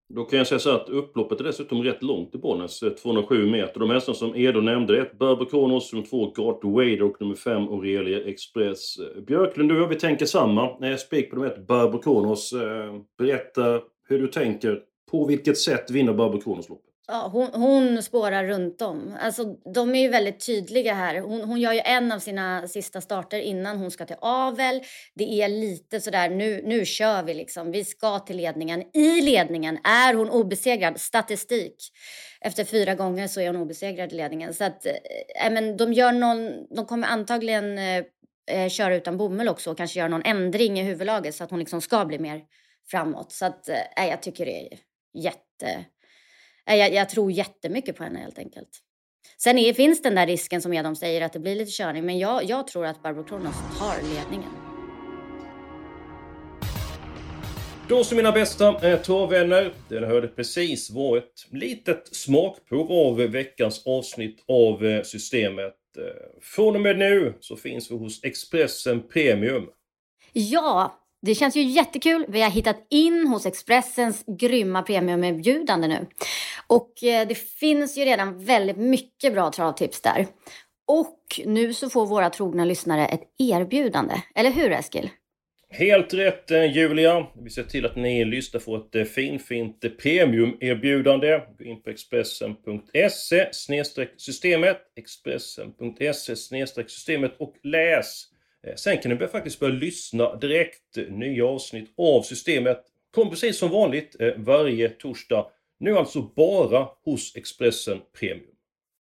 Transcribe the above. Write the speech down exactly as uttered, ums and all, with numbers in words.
Då kan jag säga så att upploppet är dessutom rätt långt i Bollnäs, tvåhundrasju meter. De hästar som Edo nämnde, ett Burber Kronos, nummer två Gart Wader och nummer fem Aurelia Express. Björklund, du och vi tänker samma. Spik på nummer ett Burber Kronos. Berätta hur du tänker. På vilket sätt vinner Burber Kronos loppet? Ja, hon, hon spårar runt om. Alltså, de är ju väldigt tydliga här. Hon, hon gör ju en av sina sista starter innan hon ska till avel. Det är lite sådär, nu, nu kör vi liksom. Vi ska till ledningen. I ledningen är hon obesegrad. Statistik. Efter fyra gånger så är hon obesegrad i ledningen. Så att, äh, men de gör någon, de kommer antagligen äh, köra utan bomull också. Och kanske göra någon ändring i huvudlaget så att hon liksom ska bli mer framåt. Så att, äh, jag tycker det är jätte... Jag, jag tror jättemycket på henne helt enkelt. Sen är, finns den där risken som Edom säger att det blir lite körning. Men jag, jag tror att Burber Kronos tar ledningen. Då så mina bästa eh, travvänner. Den hörde precis var ett litet smakprov av veckans avsnitt av eh, systemet. Eh, från och med nu så finns vi hos Expressen Premium. Ja, det känns ju jättekul. Vi har hittat in hos Expressens grymma premiumerbjudande nu. Och eh, det finns ju redan väldigt mycket bra travtips där. Och nu så får våra trogna lyssnare ett erbjudande. Eller hur, Eskil? Helt rätt, eh, Julia. Vi ser till att ni lyssnar för ett eh, finfint eh, premiumerbjudande. Gå in på expressen punkt se snedstreck systemet. expressen punkt se snedstreck systemet och läs. Sen kan ni faktiskt börja lyssna direkt. Nya avsnitt av systemet kommer precis som vanligt varje torsdag. Nu alltså bara hos Expressen Premium.